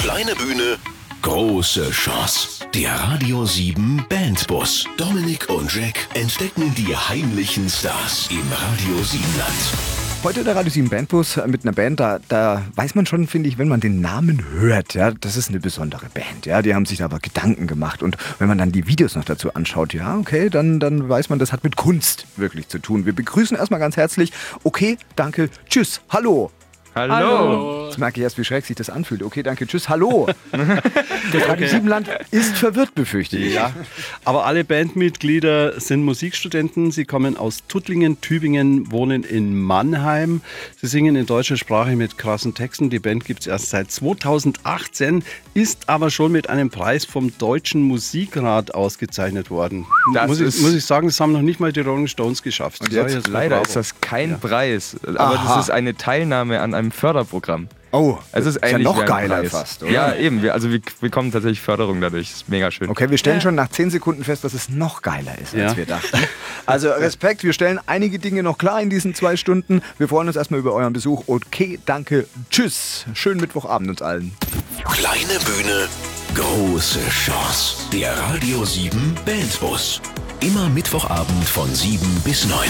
Kleine Bühne, große Chance. Der Radio 7 Bandbus. Dominik und Jack entdecken die heimlichen Stars im Radio 7 Land. Heute der Radio 7 Bandbus mit einer Band, da weiß man schon, finde ich, wenn man den Namen hört, ja, das ist eine besondere Band, ja, die haben sich da aber Gedanken gemacht und wenn man dann die Videos noch dazu anschaut, ja, okay, dann weiß man, das hat mit Kunst wirklich zu tun. Wir begrüßen erstmal ganz herzlich, okay, danke, tschüss, hallo. Hallo. Jetzt merke ich erst, wie schräg sich das anfühlt. Okay, danke, tschüss, hallo. Das Radio 7 Land ist verwirrt, befürchte ich. Ja, aber alle Bandmitglieder sind Musikstudenten. Sie kommen aus Tuttlingen, Tübingen, wohnen in Mannheim. Sie singen in deutscher Sprache mit krassen Texten. Die Band gibt es erst seit 2018, ist aber schon mit einem Preis vom Deutschen Musikrat ausgezeichnet worden. Muss ich sagen, das haben noch nicht mal die Rolling Stones geschafft. Und jetzt leider ist das kein Preis, aber das ist eine Teilnahme an einem Förderprogramm. Oh, es ist ja noch ein geiler Preis. Fast, oder? Ja, eben. Wir bekommen tatsächlich Förderung dadurch. Das ist mega schön. Okay, wir stellen schon nach 10 Sekunden fest, dass es noch geiler ist, als wir dachten. Also Respekt, wir stellen einige Dinge noch klar in diesen 2 Stunden. Wir freuen uns erstmal über euren Besuch. Okay, danke, tschüss. Schönen Mittwochabend uns allen. Kleine Bühne, große Chance. Der Radio 7 Bandbus. Immer Mittwochabend von 7 bis 9.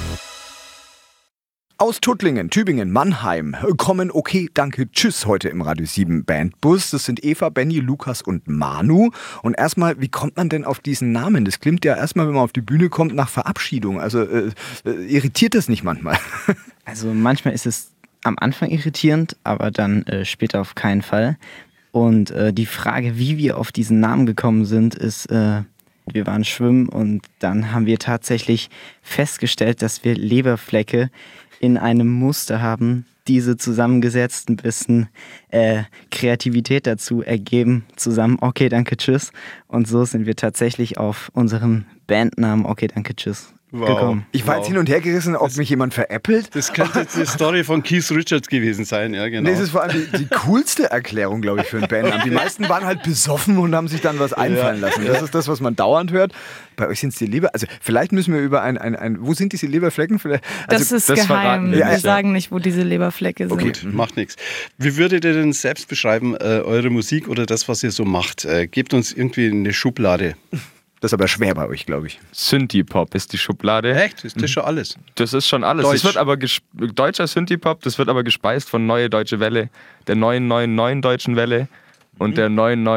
Aus Tuttlingen, Tübingen, Mannheim kommen okay, danke, tschüss heute im Radio 7 Bandbus. Das sind Eva, Benny, Lukas und Manu. Und erstmal, wie kommt man denn auf diesen Namen? Das klingt ja erstmal, wenn man auf die Bühne kommt, nach Verabschiedung. Also irritiert das nicht manchmal? Also manchmal ist es am Anfang irritierend, aber dann später auf keinen Fall. Und die Frage, wie wir auf diesen Namen gekommen sind, ist... Wir waren schwimmen und dann haben wir tatsächlich festgestellt, dass wir Leberflecke in einem Muster haben, diese zusammengesetzt, ein bisschen Kreativität dazu ergeben, zusammen okay, danke, tschüss. Und so sind wir tatsächlich auf unseren Bandnamen okay, danke, tschüss gekommen. Ich war jetzt hin und her gerissen, ob mich jemand veräppelt. Das könnte jetzt die Story von Keith Richards gewesen sein, ja genau. Nee, das ist vor allem die coolste Erklärung, glaube ich, für einen Bandnamen. Die meisten waren halt besoffen und haben sich dann was einfallen lassen. Das ist das, was man dauernd hört. Bei euch sind es die Leber... Also vielleicht müssen wir über wo sind diese Leberflecken? Das ist geheim. Wir sagen nicht, wo diese Leberflecke sind. Okay, macht nichts. Wie würdet ihr denn selbst beschreiben, eure Musik oder das, was ihr so macht? Gebt uns irgendwie eine Schublade. Das ist aber schwer bei euch, glaube ich. Synthie-Pop ist die Schublade. Echt? Ist das schon alles? Das ist schon alles. Das wird aber deutscher Synthie-Pop, das wird aber gespeist von Neue Deutsche Welle, der 999 Deutschen Welle und der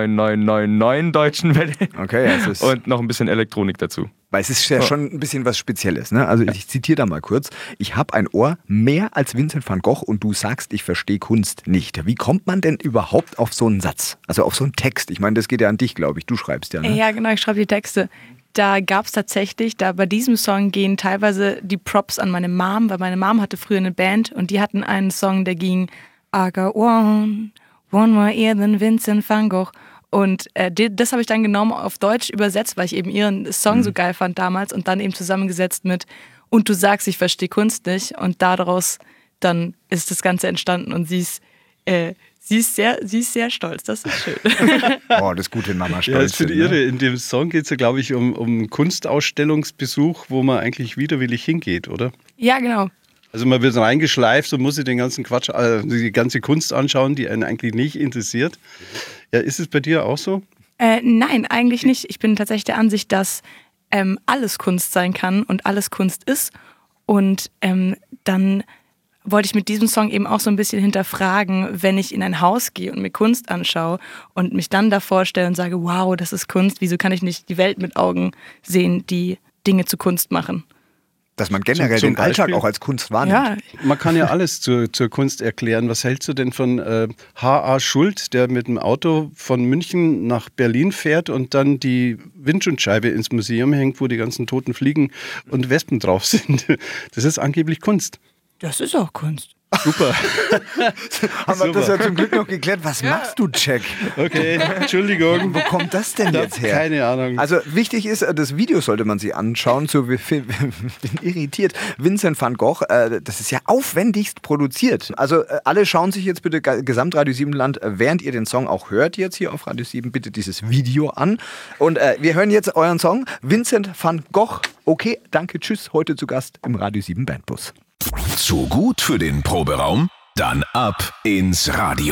99999 Deutschen Welle. Okay, es ist und noch ein bisschen Elektronik dazu. Weil es ist ja schon ein bisschen was Spezielles, ne? Also ich zitiere da mal kurz. Ich habe ein Ohr mehr als Vincent van Gogh und du sagst, ich verstehe Kunst nicht. Wie kommt man denn überhaupt auf so einen Satz? Also auf so einen Text? Ich meine, das geht ja an dich, glaube ich. Du schreibst ja, ne? Ja, genau, ich schreibe die Texte. Da gab es tatsächlich, bei diesem Song gehen teilweise die Props an meine Mom, weil meine Mom hatte früher eine Band und die hatten einen Song, der ging I got one more ear than Vincent van Gogh. Und das habe ich dann genommen, auf Deutsch übersetzt, weil ich eben ihren Song so geil fand damals und dann eben zusammengesetzt mit und du sagst, ich verstehe Kunst nicht und daraus dann ist das Ganze entstanden und sie ist sehr stolz, das ist schön. Oh, das ist gut, wenn Mama stolz ist. Ja, das ist irre. In dem Song geht es ja, glaube ich, um einen Kunstausstellungsbesuch, wo man eigentlich widerwillig hingeht, oder? Ja, genau. Also man wird reingeschleift und muss sich den ganzen Quatsch, die ganze Kunst anschauen, die einen eigentlich nicht interessiert. Ja, ist es bei dir auch so? Nein, eigentlich nicht. Ich bin tatsächlich der Ansicht, dass alles Kunst sein kann und alles Kunst ist. Und dann wollte ich mit diesem Song eben auch so ein bisschen hinterfragen, wenn ich in ein Haus gehe und mir Kunst anschaue und mich dann davor stelle und sage, wow, das ist Kunst, wieso kann ich nicht die Welt mit Augen sehen, die Dinge zu Kunst machen? Dass man generell den Alltag auch als Kunst wahrnimmt. Ja. Man kann ja alles zur Kunst erklären. Was hältst du denn von H.A. Schult, der mit dem Auto von München nach Berlin fährt und dann die Windschutzscheibe ins Museum hängt, wo die ganzen toten Fliegen und Wespen drauf sind? Das ist angeblich Kunst. Das ist auch Kunst. Super. Haben wir das ja zum Glück noch geklärt. Was machst du, Jack? Okay, Entschuldigung. Wo kommt das denn jetzt her? Keine Ahnung. Also wichtig ist, das Video sollte man sich anschauen. Bin irritiert. Vincent van Gogh, das ist ja aufwendigst produziert. Also alle schauen sich jetzt bitte Gesamtradio 7 Land, während ihr den Song auch hört jetzt hier auf Radio 7, bitte dieses Video an. Und wir hören jetzt euren Song. Vincent van Gogh. Okay, danke, tschüss. Heute zu Gast im Radio 7 Bandbus. Zu gut für den Proberaum? Dann ab ins Radio.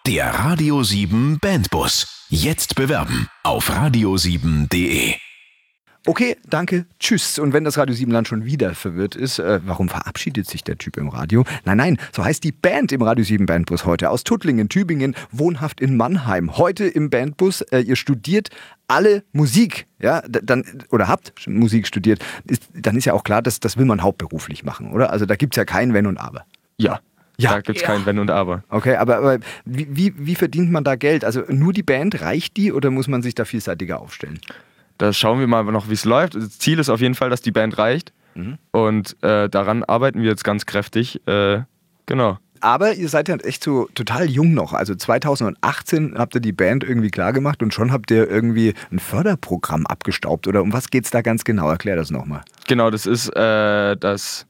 Der Radio 7 Bandbus. Jetzt bewerben auf radio7.de. Okay, danke, tschüss. Und wenn das Radio 7-Land schon wieder verwirrt ist, warum verabschiedet sich der Typ im Radio? Nein, so heißt die Band im Radio 7 Bandbus heute. Aus Tuttlingen, Tübingen, wohnhaft in Mannheim. Heute im Bandbus, ihr studiert alle Musik, ja, oder habt Musik studiert. Dann ist ja auch klar, das will man hauptberuflich machen, oder? Also da gibt es ja kein Wenn und Aber. Ja. Da gibt es kein Wenn und Aber. Okay, aber wie verdient man da Geld? Also nur die Band, reicht die oder muss man sich da vielseitiger aufstellen? Da schauen wir mal noch, wie es läuft. Das Ziel ist auf jeden Fall, dass die Band reicht. Und daran arbeiten wir jetzt ganz kräftig. Genau. Aber ihr seid ja echt so total jung noch. Also 2018 habt ihr die Band irgendwie klar gemacht und schon habt ihr irgendwie ein Förderprogramm abgestaubt. Oder um was geht's da ganz genau? Erklär das nochmal. Genau, das ist das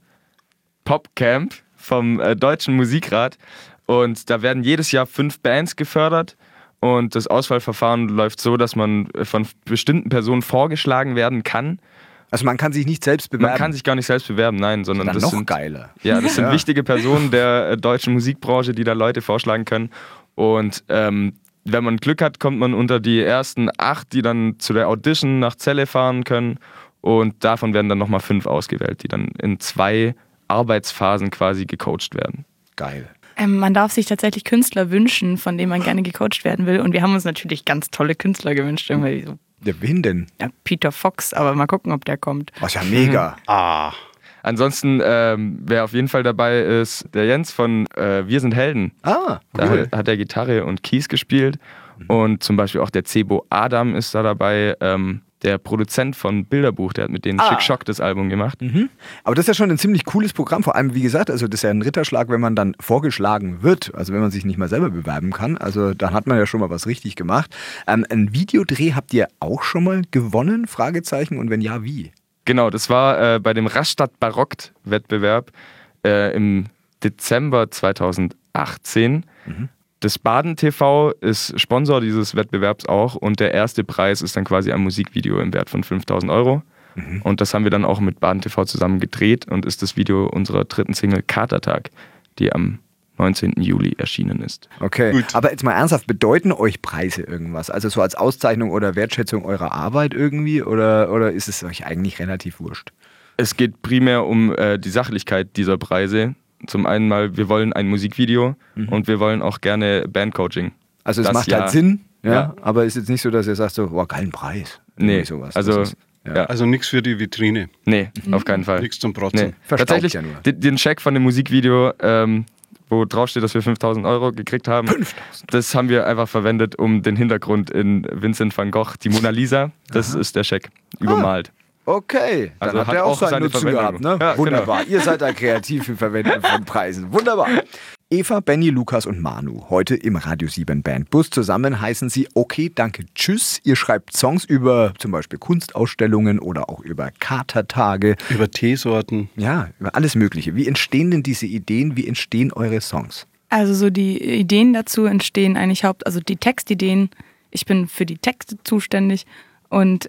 Popcamp vom Deutschen Musikrat. Und da werden jedes Jahr 5 Bands gefördert. Und das Auswahlverfahren läuft so, dass man von bestimmten Personen vorgeschlagen werden kann. Also man kann sich nicht selbst bewerben? Man kann sich gar nicht selbst bewerben, nein. Sondern das das noch sind geiler. Ja, das sind wichtige Personen der deutschen Musikbranche, die da Leute vorschlagen können. Und wenn man Glück hat, kommt man unter die ersten 8, die dann zu der Audition nach Celle fahren können. Und davon werden dann nochmal 5 ausgewählt, die dann in 2 Arbeitsphasen quasi gecoacht werden. Geil. Man darf sich tatsächlich Künstler wünschen, von denen man gerne gecoacht werden will. Und wir haben uns natürlich ganz tolle Künstler gewünscht. Irgendwie so, Ja, wen denn? ja, Peter Fox, aber mal gucken, ob der kommt. Oh, ist ja mega. Ansonsten, wer auf jeden Fall dabei ist, der Jens von Wir sind Helden. Ah, Da cool. hat er Gitarre und Keys gespielt. Und zum Beispiel auch der Cebo Adam ist da dabei. Der Produzent von Bilderbuch, der hat mit denen Schick Schock das Album gemacht. Aber das ist ja schon ein ziemlich cooles Programm. Vor allem, wie gesagt, also das ist ja ein Ritterschlag, wenn man dann vorgeschlagen wird. Also wenn man sich nicht mal selber bewerben kann. Also dann hat man ja schon mal was richtig gemacht. Ein Videodreh habt ihr auch schon mal gewonnen? Fragezeichen. Und wenn ja, wie? Genau, das war bei dem Rastatt Barockt-Wettbewerb im Dezember 2018. Das Baden TV ist Sponsor dieses Wettbewerbs auch und der erste Preis ist dann quasi ein Musikvideo im Wert von 5.000 Euro. Und das haben wir dann auch mit Baden TV zusammen gedreht und ist das Video unserer 3. Single Katertag, die am 19. Juli erschienen ist. Okay, Gut. aber jetzt mal ernsthaft, bedeuten euch Preise irgendwas? Also so als Auszeichnung oder Wertschätzung eurer Arbeit irgendwie? Oder ist es euch eigentlich relativ wurscht? Es geht primär um die Sachlichkeit dieser Preise. Zum einen mal, wir wollen ein Musikvideo und wir wollen auch gerne Bandcoaching. Also es Das macht ja. halt Sinn, ja, Ja. aber ist jetzt nicht so, dass ihr sagt so, boah, geilen Preis. Nee, Irgendwie sowas. also Das ist, ja. Also nichts für die Vitrine, Nee, auf keinen Fall. nichts zum Protzen. Nee. Verstaubt Tatsächlich, ja nur. den Check von dem Musikvideo, wo draufsteht, dass wir 5.000 Euro gekriegt haben, das haben wir einfach verwendet, um den Hintergrund in Vincent van Gogh, die Mona Lisa, das ist der Check, übermalt. Okay, dann Also hat hat er auch auch seinen seine Nutzen Verwendung. gehabt. Ne? Ja, Wunderbar, ihr seid da kreativ im Verwenden von Preisen. Wunderbar. Eva, Benny, Lukas und Manu, heute im Radio 7 Bandbus. Zusammen heißen sie Okay, danke, tschüss. Ihr schreibt Songs über zum Beispiel Kunstausstellungen oder auch über Katertage. Über Teesorten. Ja, über alles Mögliche. Wie entstehen denn diese Ideen? Wie entstehen eure Songs? Also so die Ideen dazu entstehen eigentlich also die Textideen. Ich bin für die Texte zuständig und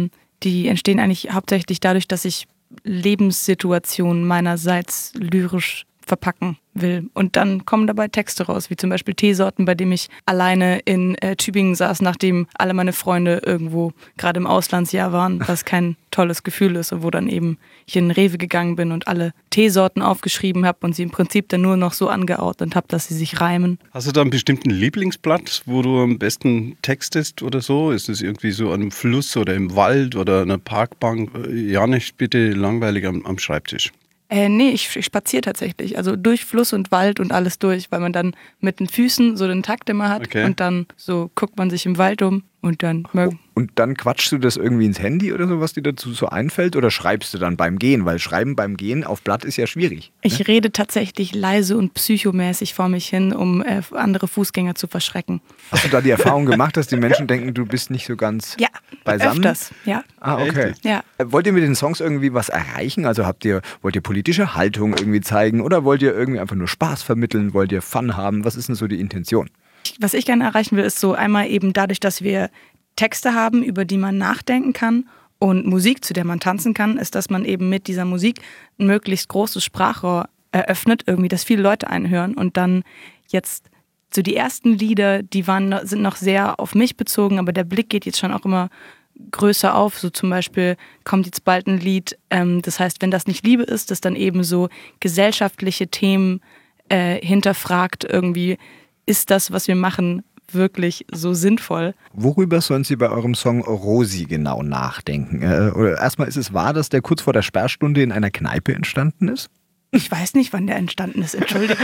die entstehen eigentlich hauptsächlich dadurch, dass ich Lebenssituationen meinerseits lyrisch verpacken will. Und dann kommen dabei Texte raus, wie zum Beispiel Teesorten, bei dem ich alleine in Tübingen saß, nachdem alle meine Freunde irgendwo gerade im Auslandsjahr waren, was kein tolles Gefühl ist und wo dann eben ich in den Rewe gegangen bin und alle Teesorten aufgeschrieben habe und sie im Prinzip dann nur noch so angeordnet habe, dass sie sich reimen. Hast du da einen bestimmten Lieblingsblatt, wo du am besten textest oder so? Ist es irgendwie so an einem Fluss oder im Wald oder einer Parkbank? Ja, nicht bitte langweilig am Schreibtisch. Nee, ich spaziere tatsächlich. Also durch Fluss und Wald und alles durch, weil man dann mit den Füßen so den Takt immer hat und dann so guckt man sich im Wald um und dann... Und dann quatschst du das irgendwie ins Handy oder so, was dir dazu so einfällt? Oder schreibst du dann beim Gehen? Weil Schreiben beim Gehen auf Blatt ist ja schwierig. Ich rede tatsächlich leise und psychomäßig vor mich hin, um andere Fußgänger zu verschrecken. Hast du da die Erfahrung gemacht, dass die Menschen denken, du bist nicht so ganz beisammen? Öfters, ja. Ah, okay. Ja. Wollt ihr mit den Songs irgendwie was erreichen? Also wollt ihr politische Haltung irgendwie zeigen oder wollt ihr irgendwie einfach nur Spaß vermitteln? Wollt ihr Fun haben? Was ist denn so die Intention? Was ich gerne erreichen will, ist so einmal eben dadurch, dass wir Texte haben, über die man nachdenken kann und Musik, zu der man tanzen kann, ist, dass man eben mit dieser Musik ein möglichst großes Sprachrohr eröffnet, irgendwie, dass viele Leute einhören und dann jetzt so die ersten Lieder, sind noch sehr auf mich bezogen, aber der Blick geht jetzt schon auch immer größer auf. So zum Beispiel kommt jetzt bald ein Lied, das heißt, wenn das nicht Liebe ist, das dann eben so gesellschaftliche Themen hinterfragt irgendwie, ist das, was wir machen, wirklich so sinnvoll? Worüber sollen Sie bei eurem Song Rosi genau nachdenken? Oder erstmal, ist es wahr, dass der kurz vor der Sperrstunde in einer Kneipe entstanden ist? Ich weiß nicht, wann der entstanden ist, Entschuldigung.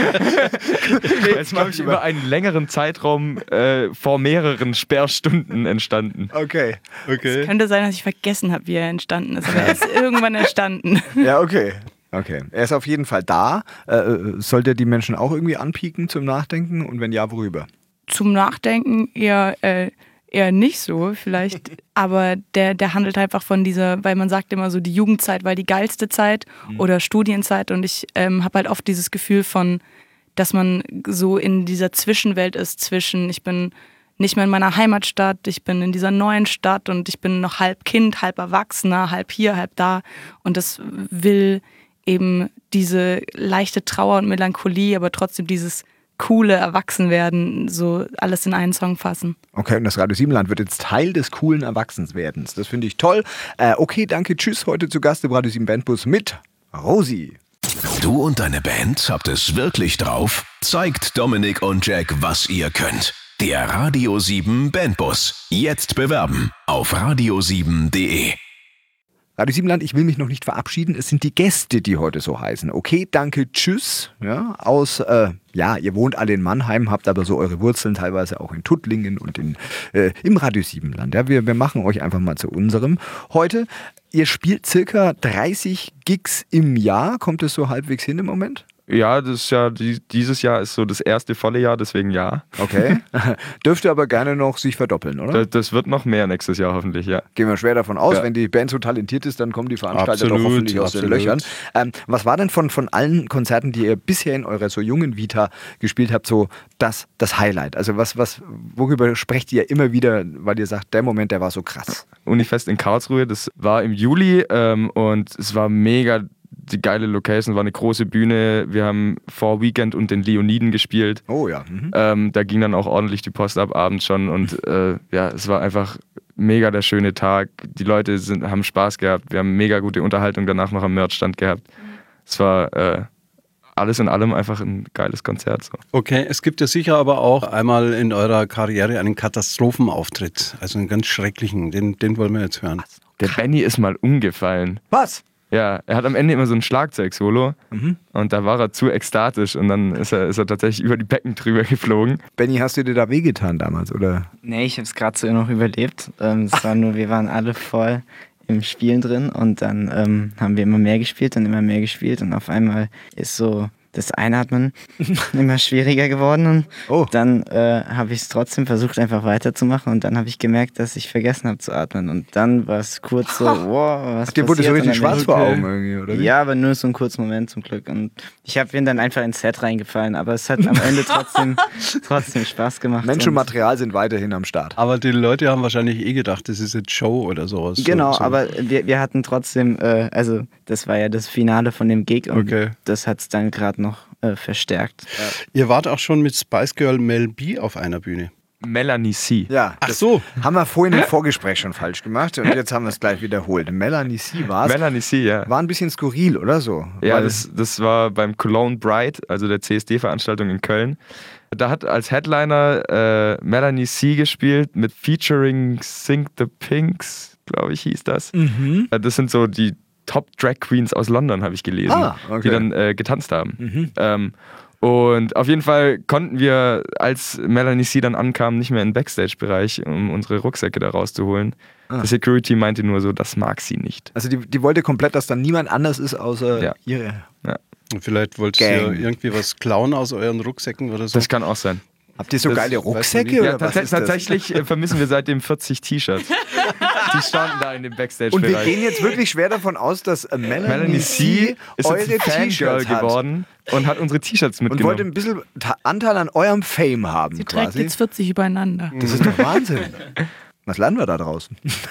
Der ist, glaube ich, über einen längeren Zeitraum vor mehreren Sperrstunden entstanden. Okay. Es könnte sein, dass ich vergessen habe, wie er entstanden ist, aber er ist irgendwann entstanden. Ja, okay. Okay. Er ist auf jeden Fall da. Sollte er die Menschen auch irgendwie anpieken zum Nachdenken? Und wenn ja, worüber? Zum Nachdenken eher nicht so vielleicht, aber der handelt einfach von dieser, weil man sagt immer so, die Jugendzeit war die geilste Zeit oder Studienzeit, und ich habe halt oft dieses Gefühl von, dass man so in dieser Zwischenwelt ist zwischen, ich bin nicht mehr in meiner Heimatstadt, ich bin in dieser neuen Stadt und ich bin noch halb Kind, halb Erwachsener, halb hier, halb da, und das will eben diese leichte Trauer und Melancholie, aber trotzdem dieses coole Erwachsenwerden, so alles in einen Song fassen. Okay, und das Radio Siebenland wird jetzt Teil des coolen Erwachsenswerdens. Das finde ich toll. Okay, danke, tschüss. Heute zu Gast im Radio 7 Bandbus mit Rosi. Du und deine Band habt es wirklich drauf? Zeigt Dominik und Jack, was ihr könnt. Der Radio 7 Bandbus. Jetzt bewerben auf radio7.de. Radio Siebenland, ich will mich noch nicht verabschieden. Es sind die Gäste, die heute so heißen. Okay, danke, tschüss. Ja, ihr wohnt alle in Mannheim, habt aber so eure Wurzeln teilweise auch in Tuttlingen und im Radio Siebenland. Ja, wir machen euch einfach mal zu unserem. Heute, ihr spielt circa 30 Gigs im Jahr. Kommt es so halbwegs hin im Moment? Ja, das ist ja, dieses Jahr ist so das erste volle Jahr, deswegen ja. Okay. Dürfte aber gerne noch sich verdoppeln, oder? Das wird noch mehr nächstes Jahr hoffentlich, ja. Gehen wir schwer davon aus, ja. Wenn die Band so talentiert ist, dann kommen die Veranstalter doch hoffentlich aus den Löchern. Was war denn von allen Konzerten, die ihr bisher in eurer so jungen Vita gespielt habt, so das Highlight? Also worüber sprecht ihr immer wieder, weil ihr sagt, der Moment, der war so krass? Unifest in Karlsruhe, das war im Juli und es war mega die geile Location, war eine große Bühne. Wir haben vor Weekend und den Leoniden gespielt. Oh ja. Da ging dann auch ordentlich die Post ab abends schon und es war einfach mega der schöne Tag. Die Leute haben Spaß gehabt. Wir haben mega gute Unterhaltung danach noch am Merchstand gehabt. Es war alles in allem einfach ein geiles Konzert. So. Okay, es gibt ja sicher aber auch einmal in eurer Karriere einen Katastrophenauftritt, also einen ganz schrecklichen, den wollen wir jetzt hören. Der Benny ist mal umgefallen. Was? Ja, er hat am Ende immer so ein Schlagzeug-Solo und da war er zu ekstatisch und dann ist er tatsächlich über die Becken drüber geflogen. Benny, hast du dir da wehgetan damals, oder? Nee, ich habe es gerade so noch überlebt. Es war nur, wir waren alle voll im Spielen drin und dann haben wir immer mehr gespielt und auf einmal ist so das Einatmen immer schwieriger geworden und dann habe ich es trotzdem versucht, einfach weiterzumachen und dann habe ich gemerkt, dass ich vergessen habe zu atmen und dann war es kurz so, wow, was passiert? Dir wurde so richtig schwarz vor Augen irgendwie, oder wie? Ja, aber nur so einen kurzen Moment zum Glück und ich bin dann einfach ins Set reingefallen, aber es hat am Ende trotzdem Spaß gemacht. Mensch und Material sind weiterhin am Start. Aber die Leute haben wahrscheinlich gedacht, das ist jetzt Show oder sowas. Genau, aber wir hatten trotzdem, also das war ja das Finale von dem Gig und das hat es dann gerade noch verstärkt. Ihr wart auch schon mit Spice Girl Mel B auf einer Bühne. Melanie C. Ja, ach so. Haben wir vorhin im Vorgespräch schon falsch gemacht und jetzt haben wir es gleich wiederholt. Melanie C. war es. Melanie C, ja. War ein bisschen skurril, oder so? Ja, das war beim Cologne Bride, also der CSD-Veranstaltung in Köln. Da hat als Headliner Melanie C. gespielt mit Featuring Sing the Pinks, glaube ich, hieß das. Das sind so die Top Drag Queens aus London, habe ich gelesen, die dann getanzt haben. Und auf jeden Fall konnten wir, als Melanie C. dann ankam, nicht mehr in den Backstage-Bereich, um unsere Rucksäcke da rauszuholen. Die Security meinte nur so, das mag sie nicht. Also die wollte komplett, dass dann niemand anders ist, außer ihre... Ja. Vielleicht wollt ihr irgendwie was klauen aus euren Rucksäcken oder so? Das kann auch sein. Habt ihr so geile Rucksäcke? Ja, tatsächlich vermissen wir seitdem 40 T-Shirts. Die standen da in dem Backstage-Bereich. Und wir gehen jetzt wirklich schwer davon aus, dass Melanie C. ist eure jetzt ein Fangirl geworden und hat unsere T-Shirts mitgenommen. Und wollte ein bisschen Anteil an eurem Fame haben. Sie trägt jetzt 40 übereinander. Das ist doch Wahnsinn. Was lernen wir da draußen?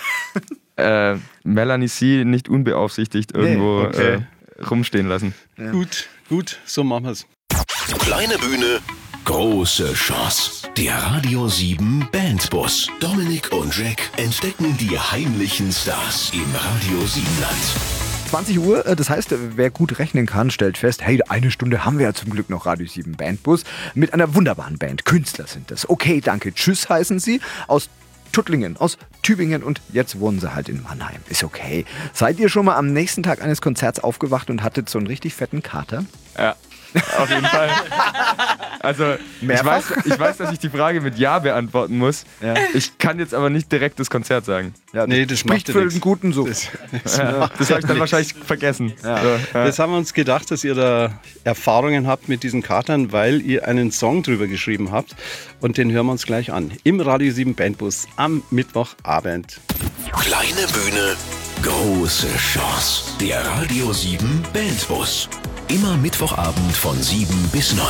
Melanie C. nicht unbeaufsichtigt irgendwo rumstehen lassen. Ja. Gut, so machen wir es. Kleine Bühne, Große Chance. Der Radio 7 Bandbus. Dominik und Jack entdecken die heimlichen Stars im Radio 7 Land. 20 Uhr, das heißt, wer gut rechnen kann, stellt fest, hey, eine Stunde haben wir ja zum Glück noch Radio 7 Bandbus mit einer wunderbaren Band. Künstler sind das. Okay, danke, tschüss heißen sie. Aus Tuttlingen, aus Tübingen und jetzt wohnen sie halt in Mannheim. Ist okay. Seid ihr schon mal am nächsten Tag eines Konzerts aufgewacht und hattet so einen richtig fetten Kater? Ja, auf jeden Fall. Also, ich weiß, dass ich die Frage mit Ja beantworten muss. Ja. Ich kann jetzt aber nicht direkt das Konzert sagen. Ja, Nee, das spricht macht ja für nix. einen guten Such. Das habe ich dann wahrscheinlich vergessen. Ja. So, ja. Jetzt haben wir uns gedacht, dass ihr da Erfahrungen habt mit diesen Katern, weil ihr einen Song drüber geschrieben habt. Und den hören wir uns gleich an. Im Radio 7 Bandbus am Mittwochabend. Kleine Bühne, große Chance. Der Radio 7 Bandbus. Immer Mittwochabend von 7 bis 9.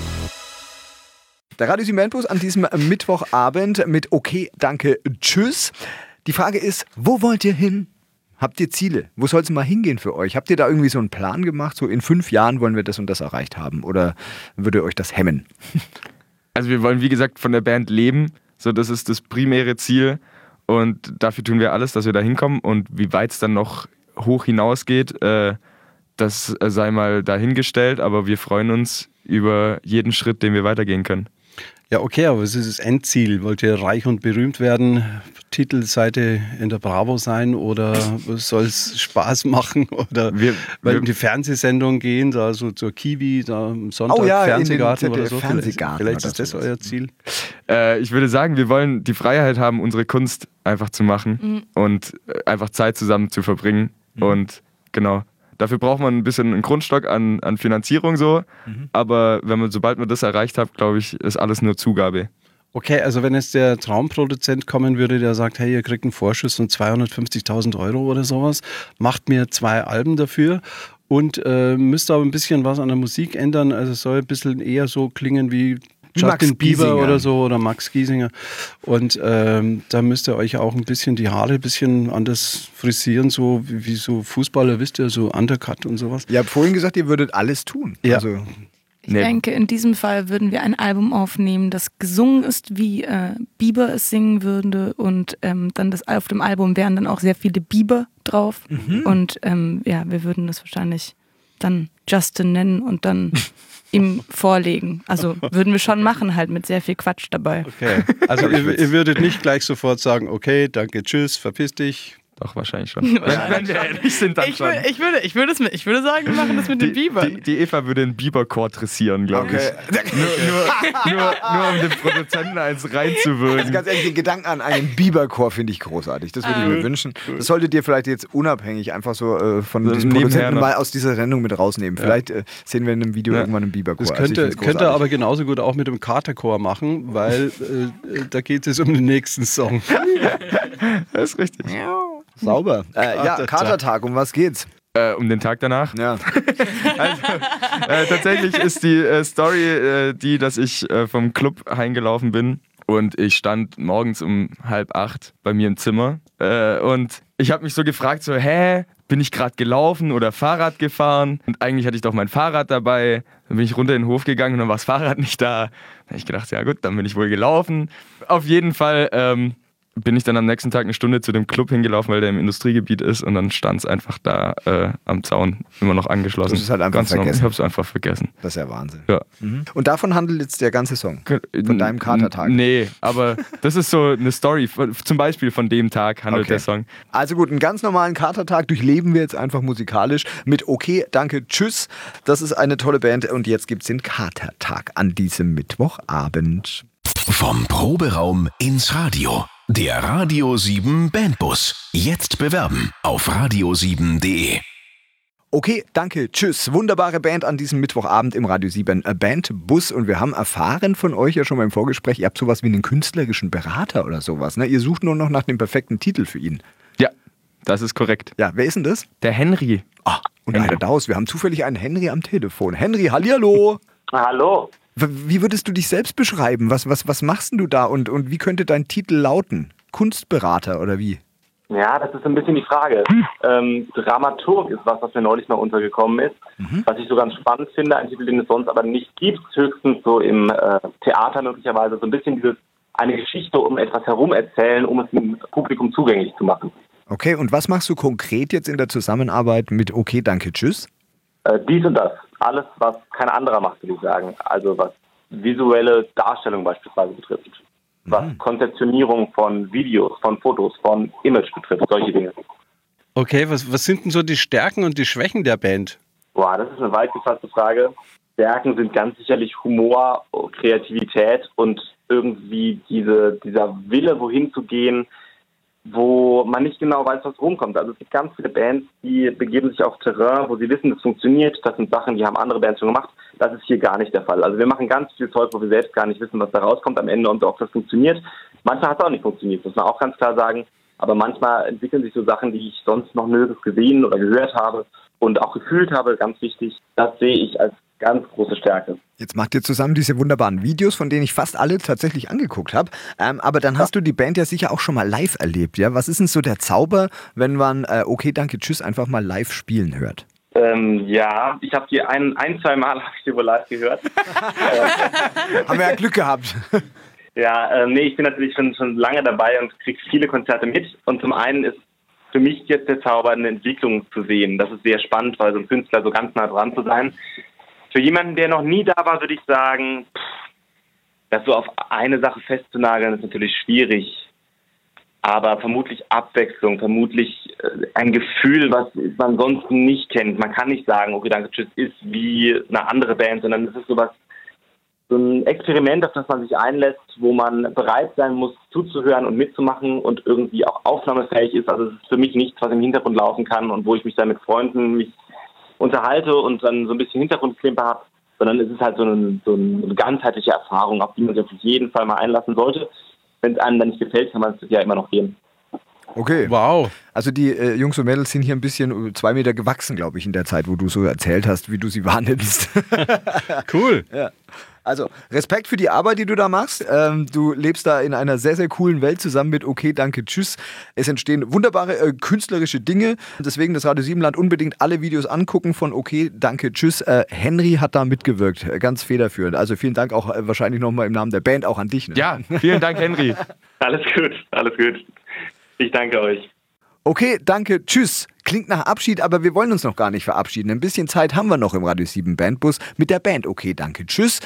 Der Radio 7 Bandbus an diesem Mittwochabend mit Okay, danke, tschüss. Die Frage ist, wo wollt ihr hin? Habt ihr Ziele? Wo soll es mal hingehen für euch? Habt ihr da irgendwie so einen Plan gemacht? So in 5 Jahren wollen wir das und das erreicht haben? Oder würde euch das hemmen? Also wir wollen, wie gesagt, von der Band leben. So, das ist das primäre Ziel. Und dafür tun wir alles, dass wir da hinkommen. Und wie weit es dann noch hoch hinausgeht, das sei mal dahingestellt. Aber wir freuen uns über jeden Schritt, den wir weitergehen können. Ja, okay, aber was ist das Endziel? Wollt ihr reich und berühmt werden, Titelseite in der Bravo sein oder soll es Spaß machen? Oder weil in die Fernsehsendung gehen, da so zur Kiwi, da am Sonntag Fernsehgarten in den oder so? Fernsehgarten Vielleicht oder ist das sowas. euer Ziel. Ich würde sagen, wir wollen die Freiheit haben, unsere Kunst einfach zu machen und einfach Zeit zusammen zu verbringen. Und genau, dafür braucht man ein bisschen einen Grundstock an Finanzierung so. Aber sobald man das erreicht hat, glaube ich, ist alles nur Zugabe. Okay, also wenn jetzt der Traumproduzent kommen würde, der sagt, hey, ihr kriegt einen Vorschuss von 250.000 € oder sowas, macht mir 2 Alben dafür und müsst aber ein bisschen was an der Musik ändern. Also es soll ein bisschen eher so klingen wie Justin Max Bieber Giesinger. oder so oder Max Giesinger. Und da müsst ihr euch auch ein bisschen die Haare ein bisschen anders frisieren, so wie so Fußballer, wisst ihr, so Undercut und sowas. Ihr habt vorhin gesagt, ihr würdet alles tun. Ja. Also, Ich denke, in diesem Fall würden wir ein Album aufnehmen, das gesungen ist, wie Bieber es singen würde. Und dann auf dem Album wären dann auch sehr viele Bieber drauf. Und wir würden das wahrscheinlich dann Justin nennen und dann ihm vorlegen. Also würden wir schon machen, halt mit sehr viel Quatsch dabei. Okay. Also ihr würdet nicht gleich sofort sagen, okay, danke, tschüss, verpiss dich. Doch, wahrscheinlich schon. Wenn wir ehrlich sind, dann schon. Ich würde sagen, wir machen das mit den Bibern. Die Eva würde einen Biberchor dressieren, glaube ich. Nur um dem Produzenten eins reinzuwürgen. also ganz ehrlich, den Gedanken an einen Biberchor finde ich großartig. Das würde ich mir wünschen. Das solltet ihr vielleicht jetzt unabhängig einfach so von So diesem nebenher Produzenten noch. mal aus dieser Sendung mit rausnehmen. Vielleicht sehen wir in einem Video irgendwann einen Biberchor. Das Also ich könnt find's ihr großartig. aber genauso gut auch mit dem Katerchor machen, weil da geht es um den nächsten Song. Das ist richtig. Sauber. Katertag. Katertag, um was geht's? Um den Tag danach. Ja. Tatsächlich ist die Story die, dass ich vom Club heimgelaufen bin und ich stand morgens um 7:30 bei mir im Zimmer und ich habe mich so gefragt, so, bin ich gerade gelaufen oder Fahrrad gefahren? Und eigentlich hatte ich doch mein Fahrrad dabei. Dann bin ich runter in den Hof gegangen und dann war das Fahrrad nicht da. Dann habe ich gedacht, ja gut, dann bin ich wohl gelaufen. Auf jeden Fall bin ich dann am nächsten Tag eine Stunde zu dem Club hingelaufen, weil der im Industriegebiet ist und dann stand es einfach da am Zaun, immer noch angeschlossen. Du hast es halt einfach Ganz normal. vergessen. Ich habe es einfach vergessen. Das ist ja Wahnsinn. Ja. Und davon handelt jetzt der ganze Song. Von deinem Katertag. Nee, aber das ist so eine Story, zum Beispiel von dem Tag handelt Okay. der Song. Also gut, einen ganz normalen Katertag durchleben wir jetzt einfach musikalisch mit Okay, danke, tschüss. Das ist eine tolle Band und jetzt gibt's den Katertag an diesem Mittwochabend. Vom Proberaum ins Radio. Der Radio 7 Bandbus. Jetzt bewerben auf radio7.de. Okay, danke, tschüss. Wunderbare Band an diesem Mittwochabend im Radio 7 Bandbus. Und wir haben erfahren von euch ja schon mal im Vorgespräch, ihr habt sowas wie einen künstlerischen Berater oder sowas. Ne? Ihr sucht nur noch nach dem perfekten Titel für ihn. Ja, das ist korrekt. Ja, wer ist denn das? Der Henry. Ah, und Henry. einer Daus. Wir haben zufällig einen Henry am Telefon. Henry, hallihallo. Hallo. Wie würdest du dich selbst beschreiben? Was machst denn du da und wie könnte dein Titel lauten? Kunstberater oder wie? Ja, das ist ein bisschen die Frage. Dramaturg ist was mir neulich mal untergekommen ist. Was ich so ganz spannend finde, ein Titel, den es sonst aber nicht gibt, höchstens so im Theater möglicherweise, so ein bisschen dieses eine Geschichte um etwas herum erzählen, um es dem Publikum zugänglich zu machen. Okay, und was machst du konkret jetzt in der Zusammenarbeit mit Okay, danke, tschüss? Dies und das. Alles, was kein anderer macht, würde ich sagen. Also was visuelle Darstellung beispielsweise betrifft. Was Konzeptionierung von Videos, von Fotos, von Image betrifft, solche Dinge. Okay, was sind denn so die Stärken und die Schwächen der Band? Boah, das ist eine weit gefasste Frage. Stärken sind ganz sicherlich Humor, Kreativität und irgendwie dieser Wille, wohin zu gehen, wo man nicht genau weiß, was rumkommt. Also es gibt ganz viele Bands, die begeben sich auf Terrain, wo sie wissen, das funktioniert. Das sind Sachen, die haben andere Bands schon gemacht. Das ist hier gar nicht der Fall. Also wir machen ganz viel Zeug, wo wir selbst gar nicht wissen, was da rauskommt am Ende und ob das funktioniert. Manchmal hat es auch nicht funktioniert, muss man auch ganz klar sagen. Aber manchmal entwickeln sich so Sachen, die ich sonst noch nirgends gesehen oder gehört habe und auch gefühlt habe, ganz wichtig. Das sehe ich als ganz große Stärke. Jetzt macht ihr zusammen diese wunderbaren Videos, von denen ich fast alle tatsächlich angeguckt habe. Aber dann hast du die Band ja sicher auch schon mal live erlebt, ja? Was ist denn so der Zauber, wenn man Okay, danke, tschüss einfach mal live spielen hört? Ja, ich habe die zwei Mal habe ich die wohl live gehört. Haben wir ja Glück gehabt. Ja, nee, ich bin natürlich schon lange dabei und kriege viele Konzerte mit. Und zum einen ist für mich jetzt der Zauber, eine Entwicklung zu sehen. Das ist sehr spannend, weil so ein Künstler so ganz nah dran zu sein. Für jemanden, der noch nie da war, würde ich sagen, das so auf eine Sache festzunageln, ist natürlich schwierig. Aber vermutlich Abwechslung, vermutlich ein Gefühl, was man sonst nicht kennt. Man kann nicht sagen, okay, danke, tschüss, ist wie eine andere Band, sondern es ist so ein Experiment, auf das man sich einlässt, wo man bereit sein muss, zuzuhören und mitzumachen und irgendwie auch aufnahmefähig ist. Also es ist für mich nichts, was im Hintergrund laufen kann und wo ich mich dann mit Freunden unterhalte und dann so ein bisschen Hintergrundklimper habe, sondern es ist halt so eine ganzheitliche Erfahrung, auf die man sich auf jeden Fall mal einlassen sollte. Wenn es einem dann nicht gefällt, kann man es ja immer noch geben. Okay. Wow. Also die Jungs und Mädels sind hier ein bisschen 2 Meter gewachsen, glaube ich, in der Zeit, wo du so erzählt hast, wie du sie wahrnimmst. Cool. Ja. Also Respekt für die Arbeit, die du da machst. Du lebst da in einer sehr, sehr coolen Welt zusammen mit Okay, danke, tschüss. Es entstehen wunderbare künstlerische Dinge. Deswegen das Radio Siebenland unbedingt alle Videos angucken von Okay, danke, tschüss. Henry hat da mitgewirkt, ganz federführend. Also vielen Dank auch wahrscheinlich nochmal im Namen der Band auch an dich. Ne? Ja, vielen Dank, Henry. Alles gut, alles gut. Ich danke euch. Okay, danke, tschüss. Klingt nach Abschied, aber wir wollen uns noch gar nicht verabschieden. Ein bisschen Zeit haben wir noch im Radio 7 Bandbus mit der Band. Okay, danke, tschüss.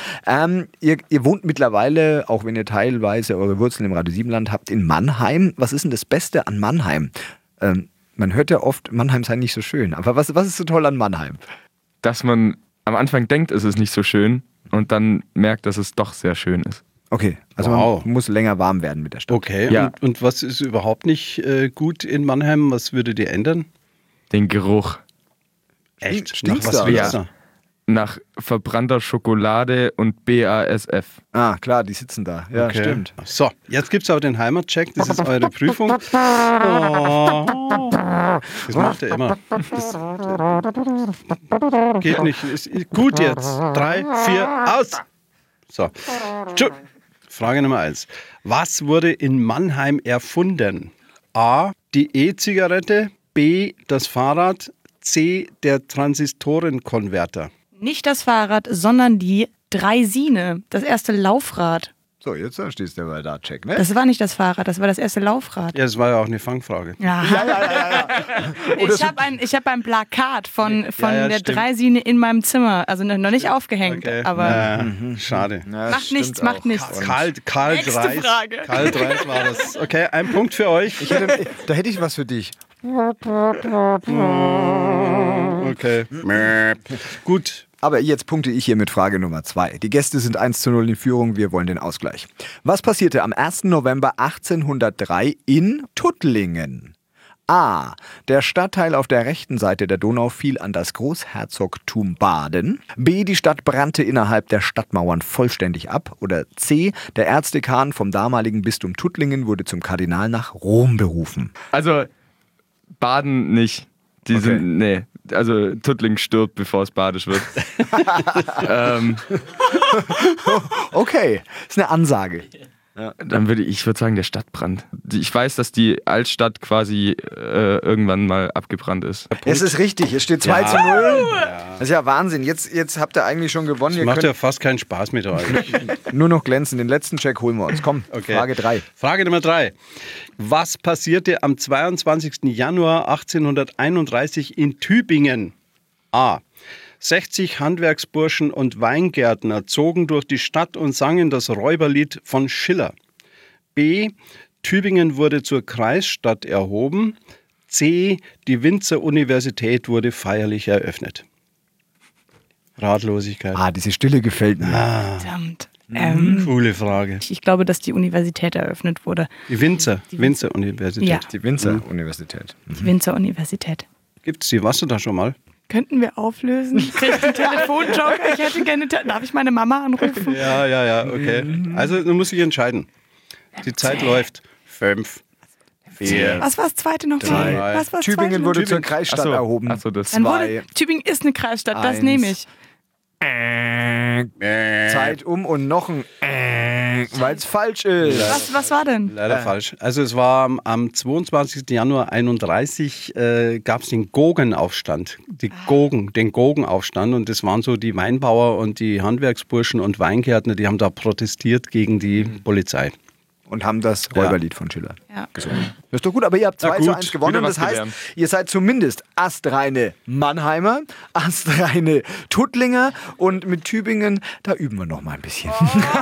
Ihr wohnt mittlerweile, auch wenn ihr teilweise eure Wurzeln im Radio 7 Land habt, in Mannheim. Was ist denn das Beste an Mannheim? Man hört ja oft, Mannheim sei nicht so schön. Aber was ist so toll an Mannheim? Dass man am Anfang denkt, es ist nicht so schön und dann merkt, dass es doch sehr schön ist. Okay, also man muss länger warm werden mit der Stadt. Okay, ja. Und was ist überhaupt nicht gut in Mannheim? Was würdet ihr ändern? Den Geruch. Echt? Stinkt's Nach was da? riecht's Ja. Nach verbrannter Schokolade und BASF. Ah, klar, die sitzen da. Ja, Okay. stimmt. So, jetzt gibt es aber den Heimatcheck. Das ist eure Prüfung. Oh. Das macht er immer. Das geht nicht. Ist gut jetzt. 3, 4, aus. So. Frage Nummer 1. Was wurde in Mannheim erfunden? A. Die E-Zigarette. B. Das Fahrrad. C. Der Transistorenkonverter. Nicht das Fahrrad, sondern die Draisine, das erste Laufrad. So, jetzt stehst du aber da, Check, ne? Das war nicht das Fahrrad, das war das erste Laufrad. Ja, das war ja auch eine Fangfrage. Ja. Ich hab ein Plakat von Ja, der stimmt. Draisine in meinem Zimmer, also noch nicht aufgehängt, Okay. aber Schade. Ja, macht nichts, stimmt macht auch. nichts. Karl Nächste Dreis. Frage. Karl Dreis war das. Okay, ein Punkt für euch. Da hätte ich was für dich. Okay. Gut. Aber jetzt punkte ich hier mit Frage Nummer 2. Die Gäste sind 1:0 in Führung, wir wollen den Ausgleich. Was passierte am 1. November 1803 in Tuttlingen? A. Der Stadtteil auf der rechten Seite der Donau fiel an das Großherzogtum Baden. B. Die Stadt brannte innerhalb der Stadtmauern vollständig ab. Oder C. Der Erzdekan vom damaligen Bistum Tuttlingen wurde zum Kardinal nach Rom berufen. Also Baden nicht. Die Okay. sind, nee. Also Tuttlingen stirbt, bevor es badisch wird. Okay, ist eine Ansage. Dann würde ich sagen, der Stadtbrand. Ich weiß, dass die Altstadt quasi irgendwann mal abgebrannt ist. Es ist richtig, es steht 2:0. Das ist ja Wahnsinn. Jetzt habt ihr eigentlich schon gewonnen. Das macht ja fast keinen Spaß mit euch. Nur noch glänzen. Den letzten Check holen wir uns. Komm, Okay. Frage 3. Frage Nummer 3. Was passierte am 22. Januar 1831 in Tübingen? A. 60 Handwerksburschen und Weingärtner zogen durch die Stadt und sangen das Räuberlied von Schiller. B. Tübingen wurde zur Kreisstadt erhoben. C. Die Winzer-Universität wurde feierlich eröffnet. Ratlosigkeit. Diese Stille gefällt mir. Verdammt. Coole Frage. Ich glaube, dass die Universität eröffnet wurde. Die Winzer-Universität. Ja. Die Winzer-Universität. Die Winzer-Universität. Gibt es die? Warst du da schon mal? Könnten wir auflösen? Krieg ich einen Telefonjoker? Ich hätte gerne... Darf ich meine Mama anrufen? Ja, okay. Also du musst dich entscheiden. Die Zeit läuft. 5, 4. Was war das zweite noch? Drei. Was war das Tübingen zweite? wurde zur Kreisstadt erhoben. Achso, das. Dann Zwei. wurde, Tübingen ist eine Kreisstadt, das 1. nehme ich. Zeit um und noch ein weil es falsch ist. Was war denn? Leider falsch. Also es war am 22. Januar 31 gab es den Gogenaufstand. Den Gogenaufstand. Und das waren so die Weinbauer und die Handwerksburschen und Weingärtner, die haben da protestiert gegen die Polizei. Und haben das Räuberlied von Schiller Ja. gesungen. Das ist doch gut, aber ihr habt 2:1 gewonnen. Wieder was Das heißt, gelernt. ihr seid zumindest astreine Mannheimer, astreine Tuttlinger und mit Tübingen, da üben wir noch mal ein bisschen.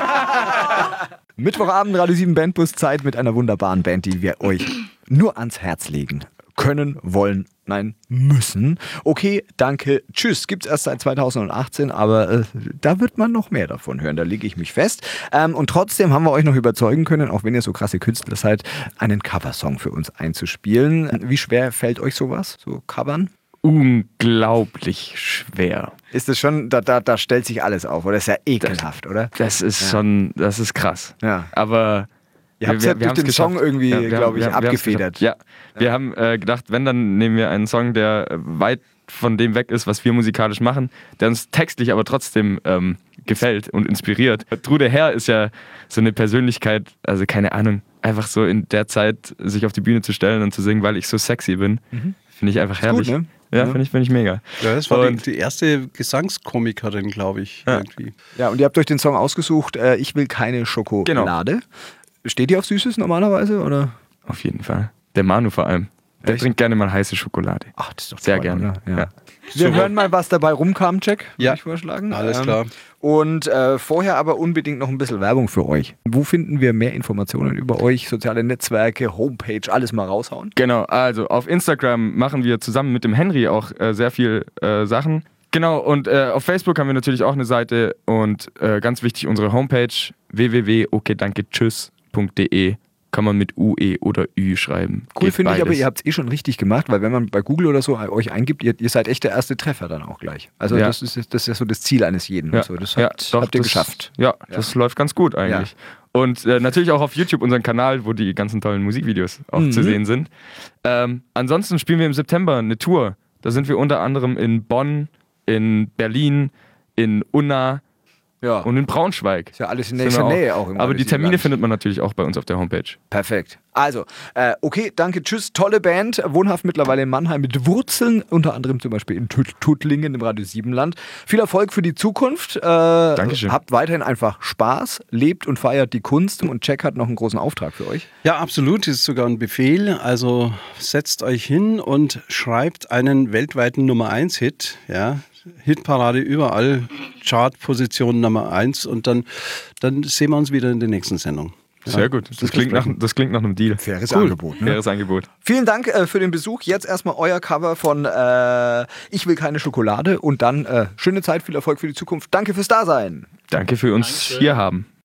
Mittwochabend, Radio 7 Bandbus, Zeit mit einer wunderbaren Band, die wir euch nur ans Herz legen können, wollen, nein, müssen. Okay, danke, tschüss. Gibt's erst seit 2018, aber da wird man noch mehr davon hören, da lege ich mich fest. Und trotzdem haben wir euch noch überzeugen können, auch wenn ihr so krasse Künstler seid, einen Coversong für uns einzuspielen. Wie schwer fällt euch sowas, so covern? Unglaublich schwer. Ist es schon, da stellt sich alles auf, oder? Das ist ja ekelhaft, oder? Das ist schon, das ist krass. Ja. Aber Ihr habt es ja durch haben's den Song geschafft. irgendwie, Ja, glaube ich, wir haben's abgefedert. geschafft. Ja, wir haben gedacht, wenn, dann nehmen wir einen Song, der weit von dem weg ist, was wir musikalisch machen, der uns textlich aber trotzdem gefällt und inspiriert. Trude Herr ist ja so eine Persönlichkeit, also keine Ahnung, einfach so in der Zeit sich auf die Bühne zu stellen und zu singen, weil ich so sexy bin, finde ich einfach herrlich. gut, ne? Ja, Ja. finde ich mega. Ja, das war Und- die erste Gesangskomikerin, glaube ich. Ja. Irgendwie. Ja, und ihr habt euch den Song ausgesucht, Ich will keine Schokolade. Steht ihr auf Süßes normalerweise, oder? Auf jeden Fall. Der Manu vor allem. Der Echt? trinkt gerne mal heiße Schokolade. Ach, das ist doch Sehr toll, gerne. oder? Ja. Ja. Wir hören mal, was dabei rumkam, Jack, würde Ja. ich vorschlagen. Alles klar. Und vorher aber unbedingt noch ein bisschen Werbung für euch. Wo finden wir mehr Informationen über euch? Soziale Netzwerke, Homepage, alles mal raushauen? Genau, also auf Instagram machen wir zusammen mit dem Henry auch sehr viel Sachen. Genau, und auf Facebook haben wir natürlich auch eine Seite und ganz wichtig unsere Homepage www.okdanketschüss.de. Kann man mit UE oder Ü schreiben. Cool Geht finde ich, aber beides. ihr habt es eh schon richtig gemacht, weil wenn man bei Google oder so euch eingibt, ihr seid echt der erste Treffer dann auch gleich. Also Ja. das ist ja so das Ziel eines jeden. Ja, So, das ja, habt doch, ihr das- geschafft. Ja, das läuft ganz gut eigentlich. Und natürlich auch auf YouTube unseren Kanal, wo die ganzen tollen Musikvideos auch zu sehen sind. Ansonsten spielen wir im September eine Tour. Da sind wir unter anderem in Bonn, in Berlin, in Unna Ja. und in Braunschweig. Ist ja alles in Sind nächster wir Nähe auch. im Aber die Termine Land. findet man natürlich auch bei uns auf der Homepage. Perfekt. Also, okay, danke, tschüss. Tolle Band, wohnhaft mittlerweile in Mannheim mit Wurzeln, unter anderem zum Beispiel in Tuttlingen im Radio 7 Land. Viel Erfolg für die Zukunft. Dankeschön. Habt weiterhin einfach Spaß, lebt und feiert die Kunst und Jack hat noch einen großen Auftrag für euch. Ja, absolut. Das ist sogar ein Befehl. Also setzt euch hin und schreibt einen weltweiten Nummer 1-Hit. Ja. Hitparade überall, Chartposition Nummer 1 und dann sehen wir uns wieder in der nächsten Sendung. Sehr gut. Das klingt nach einem Deal. Faires Angebot. Ne? Faires Angebot. Vielen Dank für den Besuch. Jetzt erstmal euer Cover von Ich will keine Schokolade und dann schöne Zeit, viel Erfolg für die Zukunft. Danke fürs Dasein. Danke für uns hier haben.